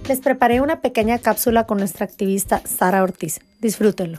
Les preparé una pequeña cápsula con nuestra activista Sara Ortiz. Disfrútenlo.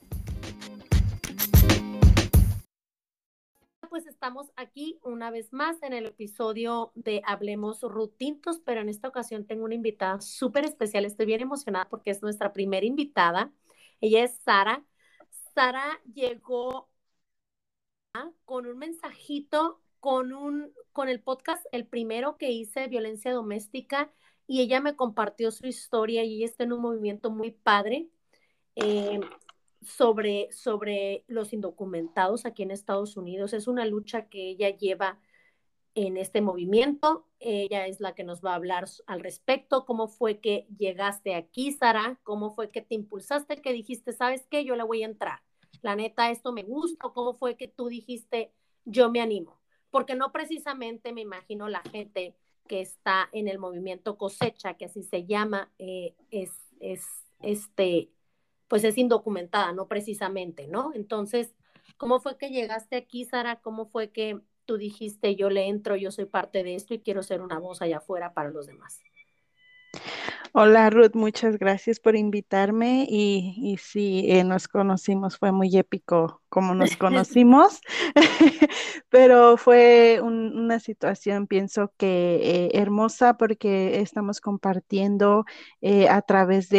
Pues estamos aquí una vez más en el episodio de Hablemos Ruth Tintos, pero en esta ocasión tengo una invitada súper especial. Estoy bien emocionada porque es nuestra primera invitada. Ella es Sara. Sara llegó con un mensajito, con el podcast, el primero que hice de violencia doméstica, y ella me compartió su historia y ella está en un movimiento muy padre eh, sobre los indocumentados aquí en Estados Unidos. Es una lucha que ella lleva en este movimiento. Ella es la que nos va a hablar al respecto. ¿Cómo fue que llegaste aquí, Sara? ¿Cómo fue que te impulsaste, que dijiste, sabes qué, yo le voy a entrar? La neta, esto me gusta. ¿Cómo fue que tú dijiste, yo me animo? Porque no precisamente me imagino la gente que está en el movimiento Cosecha, que así se llama, es este, pues es indocumentada, no precisamente, ¿no? Entonces, ¿cómo fue que llegaste aquí, Sara? ¿Cómo fue que tú dijiste, yo le entro, yo soy parte de esto y quiero ser una voz allá afuera para los demás? Hola Ruth, muchas gracias por invitarme y sí, nos conocimos, fue muy épico como nos conocimos, pero fue una situación, pienso que hermosa porque estamos compartiendo a través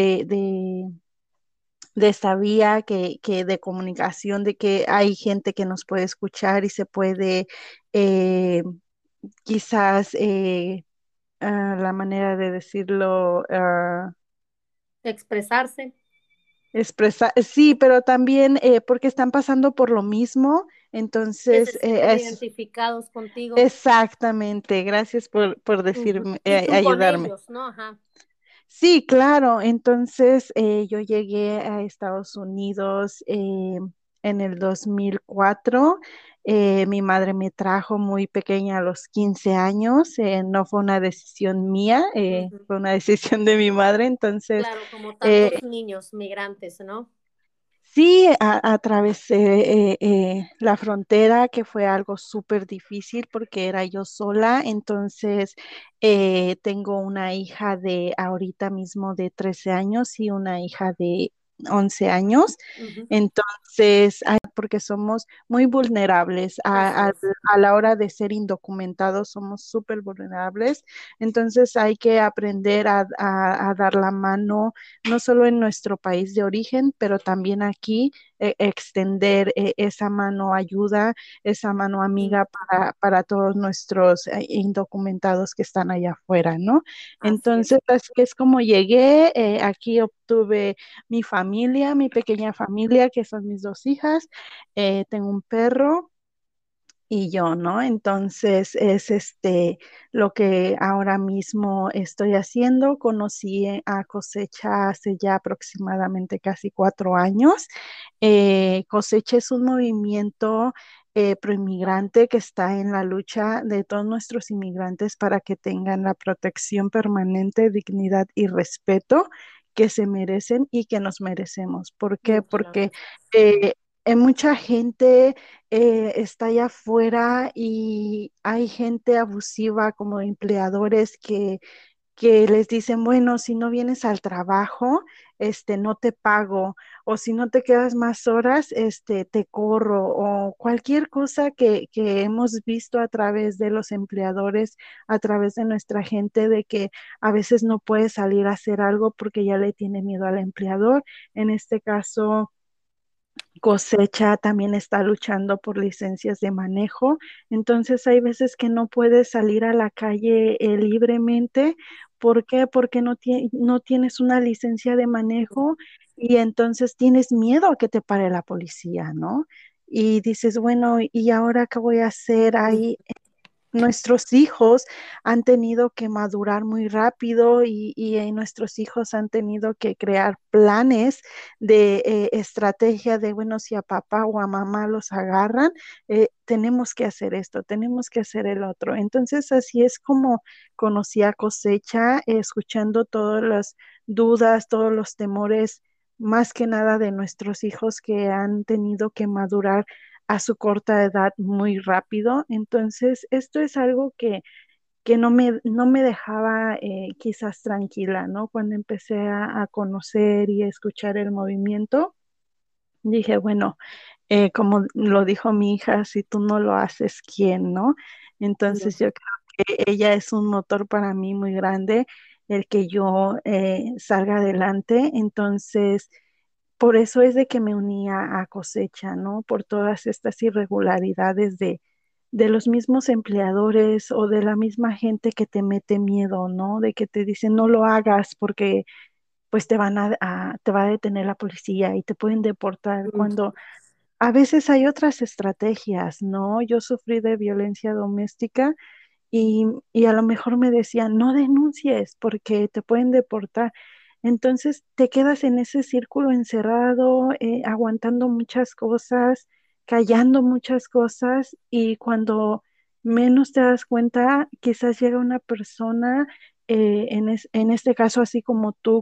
de esta vía de comunicación, de que hay gente que nos puede escuchar y se puede eh, quizás... la manera de decirlo, Expresarse, expresar, sí, pero también porque están pasando por lo mismo, que se entonces sienten es identificados contigo. exactamente, gracias por Ujú. decirme, Y tú con ayudarme. ellos, ¿no? Ajá. Sí, claro. Entonces yo llegué a Estados Unidos en el 2004. Mi madre me trajo muy pequeña a los 15 años. No fue una decisión mía, Ujú. fue una decisión de mi madre. Entonces, Claro, como eh, tantos niños migrantes, ¿no? sí, atravesé la frontera, que fue algo súper difícil porque era yo sola. Entonces, tengo una hija de ahorita mismo de 13 años y una hija de 11 años. Ujú. Entonces, porque somos muy vulnerables Así es. a la hora de ser indocumentados, somos súper vulnerables. Entonces, hay que aprender a dar la mano no solo en nuestro país de origen, pero también aquí extender esa mano ayuda, esa mano Ujú. amiga para todos nuestros indocumentados que están allá afuera, ¿no? Así es. Entonces, así es como llegué, aquí obtuve mi familia, mi pequeña familia, que son mis dos hijas, tengo un perro y yo, ¿no? Entonces es lo que ahora mismo estoy haciendo. Conocí a Cosecha hace ya aproximadamente casi 4 años. Cosecha es un movimiento proinmigrante que está en la lucha de todos nuestros inmigrantes para que tengan la protección permanente, dignidad y respeto que se merecen y que nos merecemos. ¿Por qué? Claro. Porque eh, mucha gente está allá afuera y hay gente abusiva como empleadores que les dicen, bueno, si no vienes al trabajo, no te pago, o si no te quedas más horas, te corro, o cualquier cosa que hemos visto a través de los empleadores, a través de nuestra gente, de que a veces no puede salir a hacer algo porque ya le tiene miedo al empleador. En este caso, Cosecha también está luchando por licencias de manejo, entonces hay veces que no puedes salir a la calle libremente. ¿Por qué? Porque no tienes una licencia de manejo y entonces tienes miedo a que te pare la policía, ¿no? Y dices, bueno, ¿y ahora qué voy a hacer Ujú. ahí? Nuestros hijos han tenido que madurar muy rápido y nuestros hijos han tenido que crear planes de estrategia de, bueno, si a papá o a mamá los agarran, tenemos que hacer esto, tenemos que hacer el otro. Entonces, así es como conocí a Cosecha, escuchando todas las dudas, todos los temores, más que nada de nuestros hijos que han tenido que madurar a su corta edad muy rápido. Entonces, esto es algo que no me dejaba quizás tranquila, ¿no? Cuando empecé a conocer y a escuchar el movimiento, dije, bueno, como lo dijo mi hija, si tú no lo haces, ¿quién, no? Claro. Entonces yo creo que ella es un motor para mí muy grande, el que yo salga adelante. Entonces, por eso es de que me unía a Cosecha, ¿no? Por todas estas irregularidades de los mismos empleadores o de la misma gente que te mete miedo, ¿no? De que te dicen no lo hagas porque pues te va a detener la policía y te pueden deportar, Ujú. cuando a veces hay otras estrategias, ¿no? Yo sufrí de violencia doméstica y a lo mejor me decían, no denuncies porque te pueden deportar. Entonces te quedas en ese círculo encerrado, aguantando muchas cosas, callando muchas cosas, y cuando menos te das cuenta, quizás llega una persona, en este caso así como tú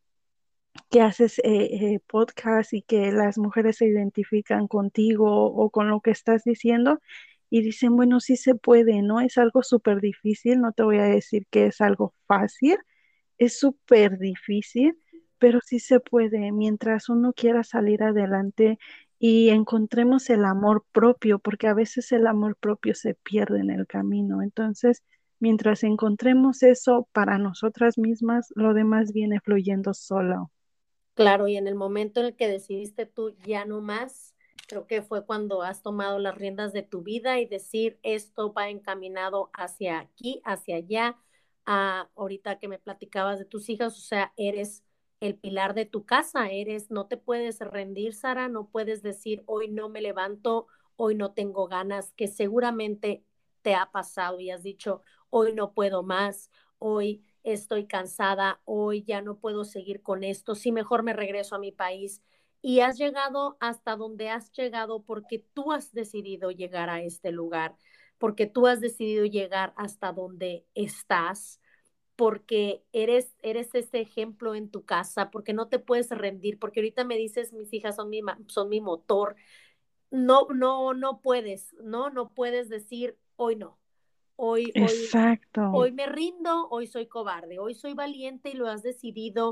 que haces podcast y que las mujeres se identifican contigo o con lo que estás diciendo y dicen, bueno, sí se puede, ¿no? Es algo súper difícil, no te voy a decir que es algo fácil, es súper difícil, pero sí se puede mientras uno quiera salir adelante y encontremos el amor propio, porque a veces el amor propio se pierde en el camino. Entonces, mientras encontremos eso para nosotras mismas, lo demás viene fluyendo solo. Claro, y en el momento en el que decidiste tú ya no más, creo que fue cuando has tomado las riendas de tu vida y decir, esto va encaminado hacia aquí, hacia allá. Ah, ahorita que me platicabas de tus hijas, o sea, eres el pilar de tu casa, eres, no te puedes rendir, Sara, no puedes decir, hoy no me levanto, hoy no tengo ganas, que seguramente te ha pasado y has dicho, hoy no puedo más, hoy estoy cansada, hoy ya no puedo seguir con esto, si mejor me regreso a mi país. Y has llegado hasta donde has llegado porque tú has decidido llegar a este lugar, porque tú has decidido llegar hasta donde estás, porque eres ese ejemplo en tu casa, porque no te puedes rendir, porque ahorita me dices, mis hijas son mi motor. No, no, no puedes, no, no puedes decir, hoy no, hoy, hoy, Exacto. hoy me rindo, hoy soy cobarde, hoy soy valiente y lo has decidido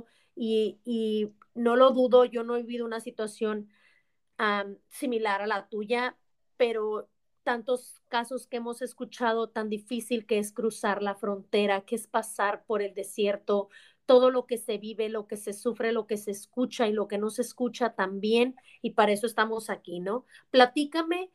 y no lo dudo, yo no he vivido una situación similar a la tuya, pero tantos casos que hemos escuchado, tan difícil que es cruzar la frontera, que es pasar por el desierto, todo lo que se vive, lo que se sufre, lo que se escucha y lo que no se escucha también, y para eso estamos aquí, ¿no? Platícame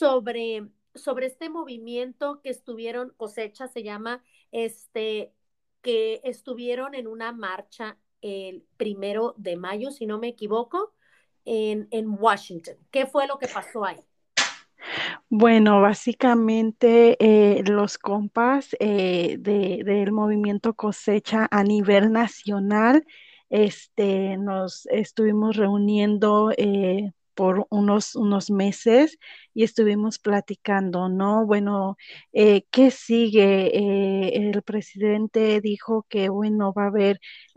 sobre este movimiento que estuvieron, Cosecha se llama, este, que estuvieron en una marcha el 1 de mayo, si no me equivoco, en Washington. ¿Qué fue lo que pasó ahí? Bueno, básicamente los compas del movimiento Cosecha a nivel nacional, nos estuvimos reuniendo por unos meses y estuvimos platicando, ¿no? Bueno, ¿qué sigue? El presidente dijo que, bueno, va a haber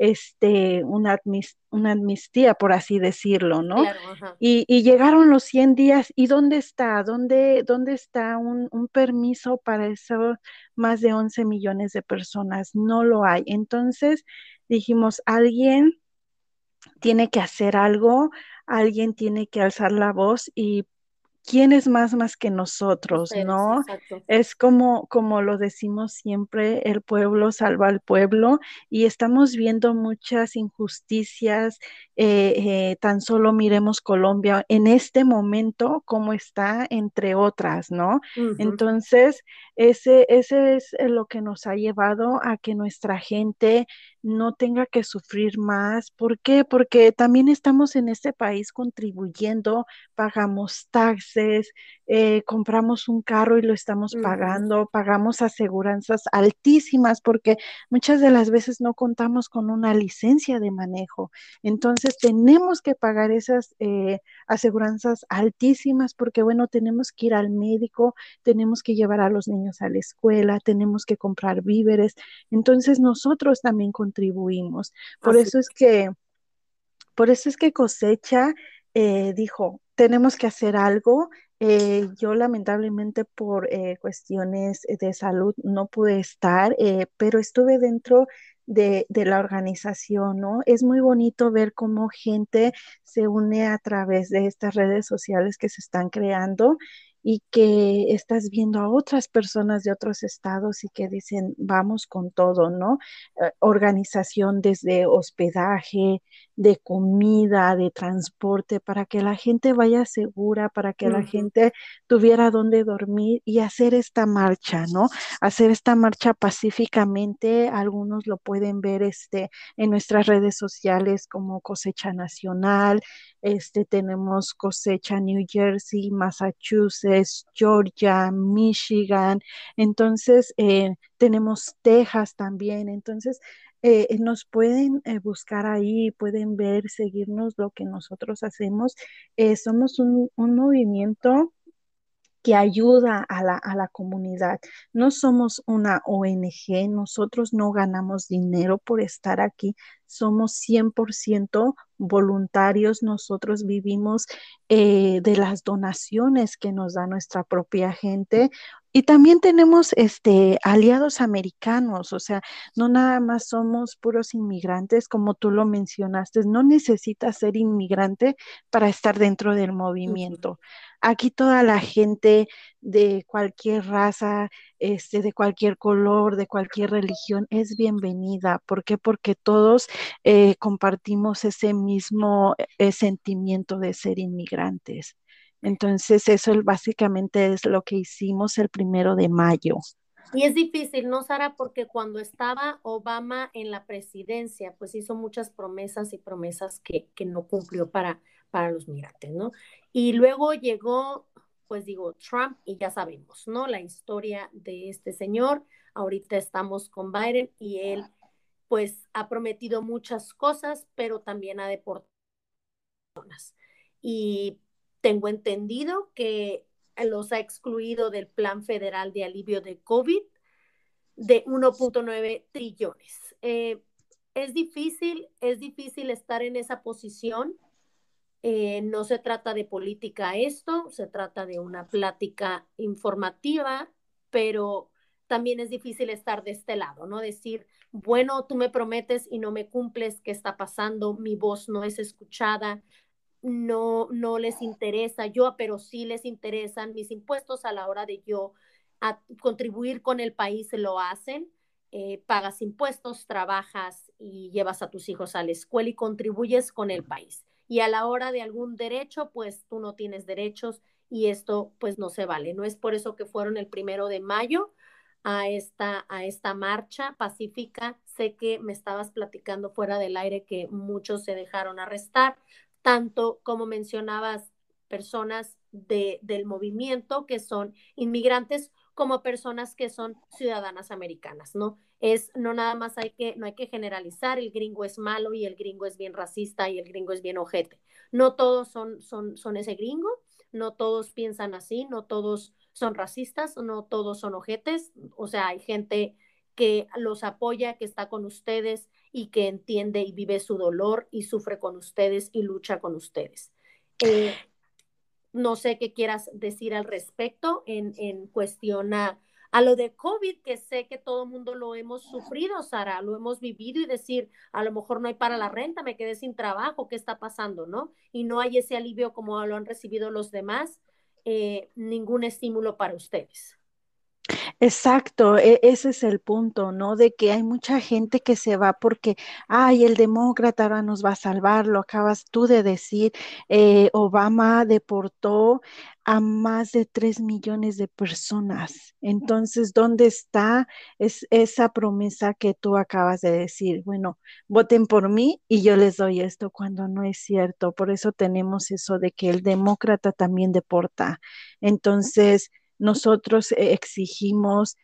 una amnistía, por así decirlo, ¿no? Claro, ajá. Y llegaron los 100 días. ¿Y dónde está? ¿Dónde está un permiso para esos más de 11 millones de personas? No lo hay. Entonces dijimos, alguien tiene que hacer algo, alguien tiene que alzar la voz. ¿Y quién es más que nosotros, Ustedes, no? exacto. Es como lo decimos siempre, el pueblo salva al pueblo, y estamos viendo muchas injusticias. Tan solo miremos Colombia en este momento, cómo está, entre otras, ¿no? Ujú, Entonces, ese es lo que nos ha llevado a que nuestra gente no tenga que sufrir más. ¿Por qué? Porque también estamos en este país contribuyendo, pagamos taxes, compramos un carro y lo estamos ujú, pagando, pagamos aseguranzas altísimas porque muchas de las veces no contamos con una licencia de manejo. Entonces tenemos que pagar esas aseguranzas altísimas porque, bueno, tenemos que ir al médico, tenemos que llevar a los niños a la escuela, tenemos que comprar víveres. Entonces nosotros también contribuimos. Por así. eso es que por eso es que Cosecha dijo, tenemos que hacer algo. Yo lamentablemente por cuestiones de salud no pude estar, pero estuve dentro de la organización, ¿no? Es muy bonito ver cómo gente se une a través de estas redes sociales que se están creando y que estás viendo a otras personas de otros estados y que dicen, vamos con todo, ¿no? Organización desde hospedaje, de comida, de transporte, para que la gente vaya segura, para que la Ujú. gente tuviera dónde dormir y hacer esta marcha, ¿no? Hacer esta marcha pacíficamente. Algunos lo pueden ver en nuestras redes sociales como Cosecha Nacional. Tenemos Cosecha New Jersey, Massachusetts, Georgia, Michigan. Entonces, tenemos Texas también. Entonces, nos pueden buscar ahí, pueden ver, seguirnos lo que nosotros hacemos. Somos un movimiento que ayuda a la comunidad. No somos una ONG, nosotros no ganamos dinero por estar aquí, somos 100% voluntarios, nosotros vivimos de las donaciones que nos da nuestra propia gente. Y también tenemos aliados americanos, o sea, no nada más somos puros inmigrantes, como tú lo mencionaste, no necesitas ser inmigrante para estar dentro del Ujú. movimiento. Aquí toda la gente de cualquier raza, de cualquier color, de cualquier religión es bienvenida. ¿Por qué? Porque todos compartimos ese mismo sentimiento de ser inmigrantes. Entonces, básicamente es lo que hicimos el 1 de mayo. Y es difícil, ¿no, Sara? Porque cuando estaba Obama en la presidencia, pues hizo muchas promesas y promesas que no cumplió para los migrantes, ¿no? Y luego llegó, pues digo, Trump y ya sabemos, ¿no? La historia de este señor. Ahorita estamos con Biden y él, pues, ha prometido muchas cosas, pero también ha deportado personas. Y tengo entendido que los ha excluido del Plan Federal de Alivio de COVID de 1.9 trillones. Es difícil estar en esa posición. No se trata de política esto, se trata de una plática informativa, pero también es difícil estar de este lado, ¿no? Decir, bueno, tú me prometes y no me cumples, ¿qué está pasando? Mi voz no es escuchada, no les interesa, yo, pero sí les interesan mis impuestos a la hora de yo contribuir con el país, lo hacen. Pagas impuestos, trabajas y llevas a tus hijos a la escuela y contribuyes con el país. Y a la hora de algún derecho, pues tú no tienes derechos y esto pues no se vale. No es por eso que fueron el 1 de mayo a esta marcha pacífica. Sé que me estabas platicando fuera del aire que muchos se dejaron arrestar, tanto como mencionabas, personas del movimiento que son inmigrantes como personas que son ciudadanas americanas, ¿no? No nada más no hay que generalizar, el gringo es malo y el gringo es bien racista y el gringo es bien ojete. No todos son ese gringo, no todos piensan así, no todos son racistas, no todos son ojetes, o sea, hay gente que los apoya, que está con ustedes y que entiende y vive su dolor y sufre con ustedes y lucha con ustedes. Eh, no sé qué quieras decir al respecto en cuestión a lo de COVID, que sé que todo el mundo lo hemos sufrido, Sara, lo hemos vivido y decir, a lo mejor no hay para la renta, me quedé sin trabajo, ¿qué está pasando, no? Y no hay ese alivio como lo han recibido los demás, ningún estímulo para ustedes. Exacto, ese es el punto, ¿no? De que hay mucha gente que se va porque, ay, el demócrata ahora nos va a salvar, lo acabas tú de decir, Obama deportó a más de 3 millones de personas. Entonces, ¿dónde está esa promesa que tú acabas de decir? Bueno, voten por mí y yo les doy esto cuando no es cierto. Por eso tenemos eso de que el demócrata también deporta. Entonces, nosotros exigimos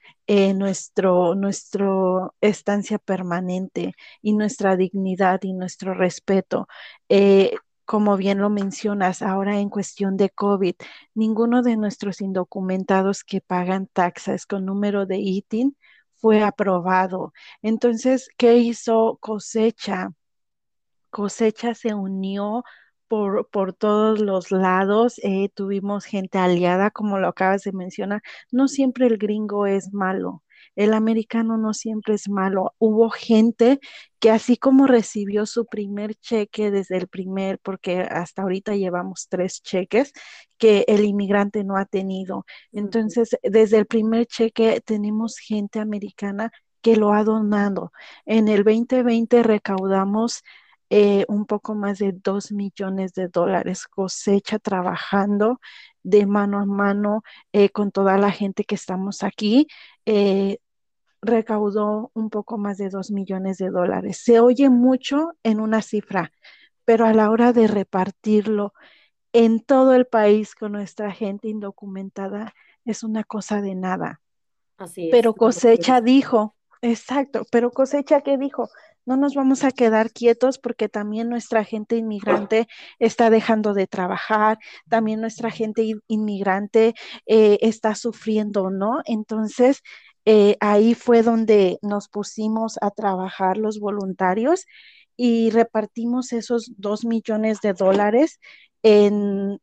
nuestro estancia permanente y nuestra dignidad y nuestro respeto. Eh, Como bien lo mencionas, ahora en cuestión de COVID, ninguno de nuestros indocumentados que pagan taxas con número de ITIN fue aprobado. Entonces, ¿qué hizo Cosecha? Cosecha se unió por todos los lados, tuvimos gente aliada, como lo acabas de mencionar. No siempre el gringo es malo, el americano no siempre es malo. Hubo gente que así como recibió su primer cheque desde el primer, porque hasta ahorita llevamos 3 cheques que el inmigrante no ha tenido. Ujú. Entonces, desde el primer cheque tenemos gente americana que lo ha donado. En el 2020 recaudamos un poco más de $2 millones, cosecha trabajando de mano a mano con toda la gente que estamos aquí. eh, Recaudó un poco más de $2 millones. Se oye mucho en una cifra, pero a la hora de repartirlo en todo el país con nuestra gente indocumentada es una cosa de nada. Así es, Pero no lo Cosecha es. dijo, exacto, pero Cosecha qué dijo, no nos vamos a quedar quietos porque también nuestra gente inmigrante está dejando de trabajar, también nuestra gente inmigrante está sufriendo, ¿no? Entonces, ahí fue donde nos pusimos a trabajar los voluntarios y repartimos esos $2 millones en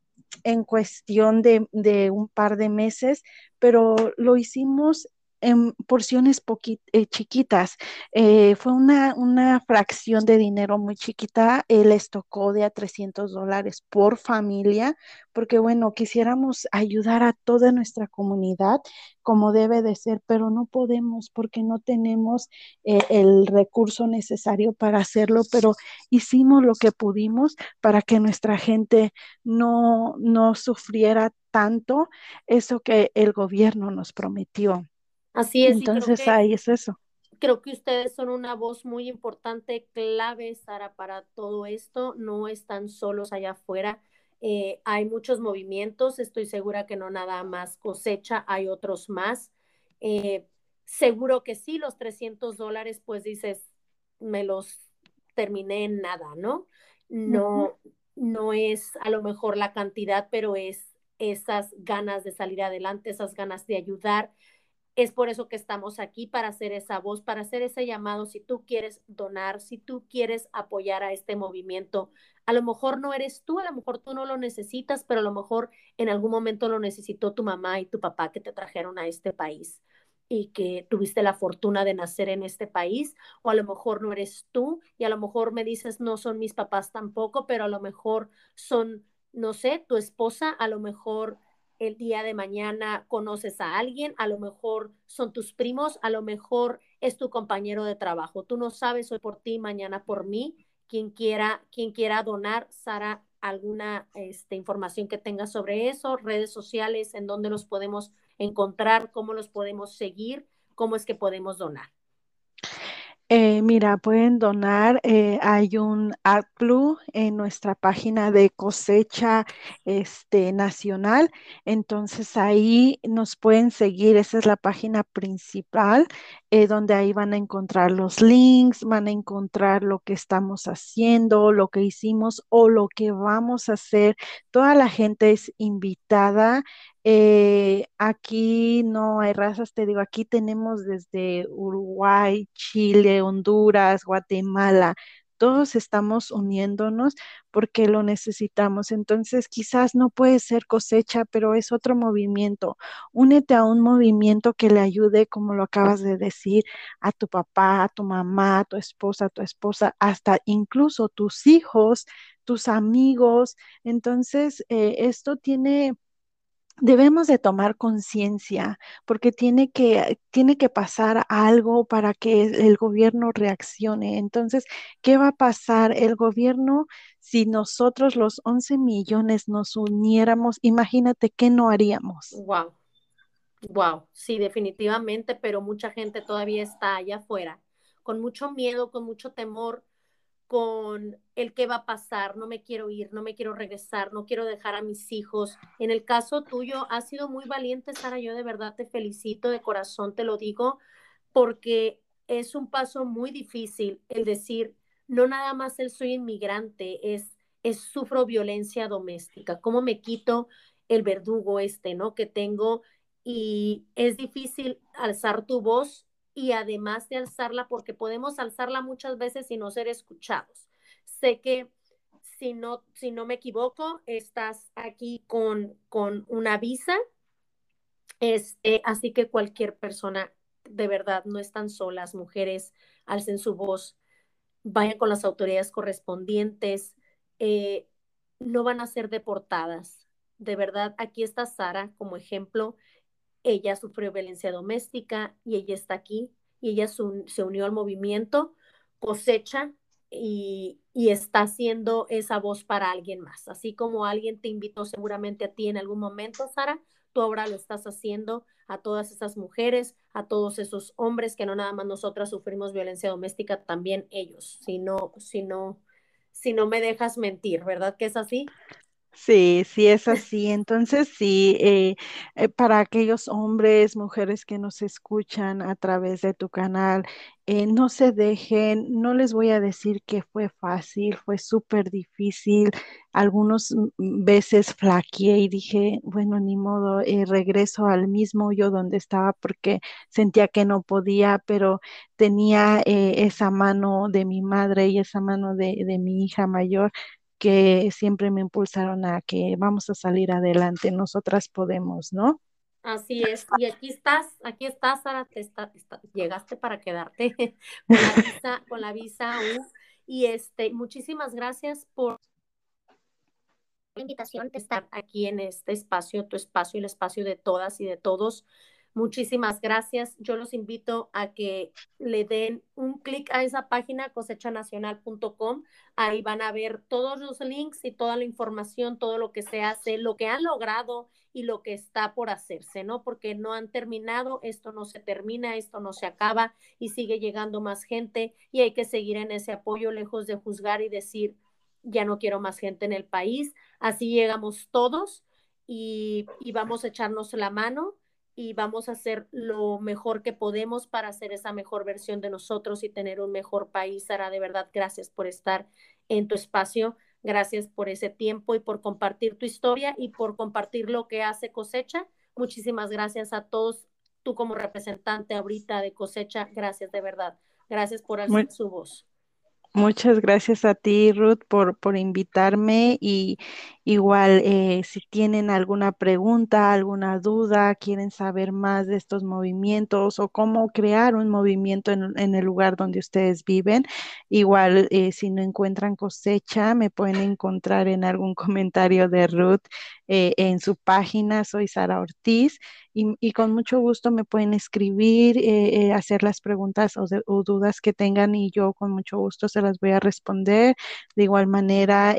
cuestión de un par de meses, pero lo hicimos en porciones chiquitas. Fue una fracción de dinero muy chiquita. Les tocó de a $300 por familia, porque bueno, quisiéramos ayudar a toda nuestra comunidad como debe de ser, pero no podemos porque no tenemos el recurso necesario para hacerlo, pero hicimos lo que pudimos para que nuestra gente no sufriera tanto eso que el gobierno nos prometió. Así es, y Entonces ahí es eso. creo que ustedes son una voz muy importante, clave, Sara, para todo esto. No están solos allá afuera. Hay muchos movimientos. Estoy segura que no nada más cosecha, hay otros más. Eh, Seguro que sí, los $300, pues dices, me los terminé en nada, ¿no? Ujú. No, no es a lo mejor la cantidad, pero es esas ganas de salir adelante, esas ganas de ayudar. Es por eso que estamos aquí, para hacer esa voz, para hacer ese llamado. Si tú quieres donar, si tú quieres apoyar a este movimiento, a lo mejor no eres tú, a lo mejor tú no lo necesitas, pero a lo mejor en algún momento lo necesitó tu mamá y tu papá que te trajeron a este país y que tuviste la fortuna de nacer en este país, o a lo mejor no eres tú y a lo mejor me dices, no son mis papás tampoco, pero a lo mejor son, no sé, tu esposa, a lo mejor el día de mañana conoces a alguien, a lo mejor son tus primos, a lo mejor es tu compañero de trabajo. Tú no sabes hoy por ti, mañana por mí. Quien quiera donar, Sara, alguna información que tenga sobre eso, redes sociales, en dónde los podemos encontrar, cómo los podemos seguir, cómo es que podemos donar. Mira, pueden donar. Hay un AdBlue en nuestra página de cosecha nacional. Entonces ahí nos pueden seguir. Esa es la página principal, donde ahí van a encontrar los links, van a encontrar lo que estamos haciendo, lo que hicimos o lo que vamos a hacer. Toda la gente es invitada. Aquí no hay razas, te digo, aquí tenemos desde Uruguay, Chile, Honduras, Guatemala. Todos estamos uniéndonos porque lo necesitamos. Entonces, quizás no puede ser cosecha, pero es otro movimiento. Únete a un movimiento que le ayude, como lo acabas de decir, a tu papá, a tu mamá, a tu esposa, hasta incluso tus hijos, tus amigos. Entonces, esto debemos de tomar conciencia porque tiene que pasar algo para que el gobierno reaccione. Entonces, ¿qué va a pasar? El gobierno, si nosotros los 11 millones nos uniéramos, imagínate qué no haríamos. Wow, wow, sí, definitivamente, pero mucha gente todavía está allá afuera, con mucho miedo, con mucho temor, con el qué va a pasar, no me quiero ir, no me quiero regresar, no quiero dejar a mis hijos. En el caso tuyo, has sido muy valiente, Sara, yo de verdad te felicito, de corazón te lo digo, porque es un paso muy difícil el decir, no nada más el soy inmigrante, es sufro violencia doméstica, cómo me quito el verdugo ¿no? Que tengo, y es difícil alzar tu voz y además de alzarla, porque podemos alzarla muchas veces y no ser escuchados. Sé que si no me equivoco, estás aquí con una visa, así que cualquier persona, de verdad, no están solas, mujeres, alcen su voz, vayan con las autoridades correspondientes, eh, no van a ser deportadas. De verdad, aquí está Sara como ejemplo. Ella sufrió violencia doméstica y ella está aquí y ella se unió al movimiento Cosecha y está haciendo esa voz para alguien más. Así como alguien te invitó seguramente a ti en algún momento, Sara, tú ahora lo estás haciendo a todas esas mujeres, a todos esos hombres que no nada más nosotras sufrimos violencia doméstica, también ellos. Si no me dejas mentir, ¿verdad que es así? Sí, sí es así. Entonces, sí, para aquellos hombres, mujeres que nos escuchan a través de tu canal, no se dejen, no les voy a decir que fue fácil, fue súper difícil. Algunos veces flaqueé y dije, bueno, ni modo, regreso al mismo yo donde estaba porque sentía que no podía, pero tenía esa mano de mi madre y esa mano de mi hija mayor que siempre me impulsaron a que vamos a salir adelante, nosotras podemos, ¿no? Así es, y aquí estás, Sara, llegaste para quedarte con la visa U, y muchísimas gracias por la invitación de estar aquí en este espacio, tu espacio, el espacio de todas y de todos. Muchísimas gracias. Yo los invito a que le den un clic a esa página cosechanacional.com. Ahí van a ver todos los links y toda la información, todo lo que se hace, lo que han logrado y lo que está por hacerse, ¿no? Porque no han terminado, esto no se termina, esto no se acaba y sigue llegando más gente y hay que seguir en ese apoyo lejos de juzgar y decir, ya no quiero más gente en el país. Así llegamos todos y vamos a echarnos la mano y vamos a hacer lo mejor que podemos para hacer esa mejor versión de nosotros y tener un mejor país. Sara, de verdad, gracias por estar en tu espacio, gracias por ese tiempo y por compartir tu historia y por compartir lo que hace Cosecha. Muchísimas gracias a todos. Tú como representante ahorita de Cosecha, gracias de verdad. Gracias por alzar Muy, su voz. Muchas gracias a ti, Ruth, por invitarme y igual si tienen alguna pregunta, alguna duda, quieren saber más de estos movimientos o cómo crear un movimiento en el lugar donde ustedes viven, igual si no encuentran Cosecha, me pueden encontrar en algún comentario de Ruth en su página, soy Sara Ortiz y con mucho gusto me pueden escribir, hacer las preguntas o dudas que tengan y yo con mucho gusto se las voy a responder. De igual manera,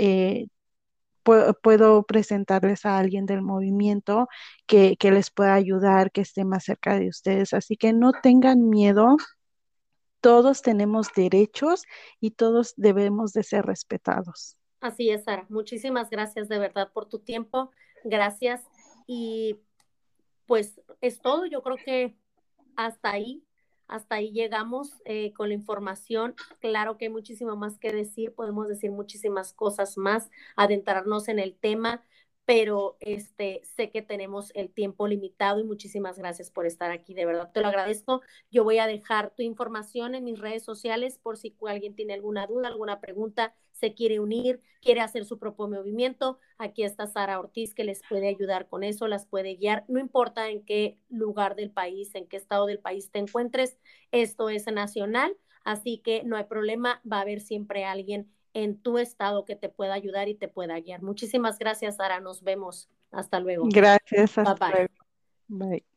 puedo presentarles a alguien del movimiento que les pueda ayudar, que esté más cerca de ustedes. Así que no tengan miedo. Todos tenemos derechos y todos debemos de ser respetados. Así es, Sara. Muchísimas gracias de verdad por tu tiempo. Gracias. Y pues es todo. Yo creo que hasta ahí, hasta ahí llegamos con la información. Claro que hay muchísimo más que decir, podemos decir muchísimas cosas más, adentrarnos en el tema, pero sé que tenemos el tiempo limitado y muchísimas gracias por estar aquí, de verdad te lo agradezco. Yo voy a dejar tu información en mis redes sociales por si alguien tiene alguna duda, alguna pregunta, se quiere unir, quiere hacer su propio movimiento. Aquí está Sara Ortiz que les puede ayudar con eso, las puede guiar, no importa en qué lugar del país, en qué estado del país te encuentres, esto es nacional, así que no hay problema, va a haber siempre alguien en tu estado que te pueda ayudar y te pueda guiar. Muchísimas gracias, Sara, nos vemos. Hasta luego. Gracias, Bye hasta bye. luego. Bye.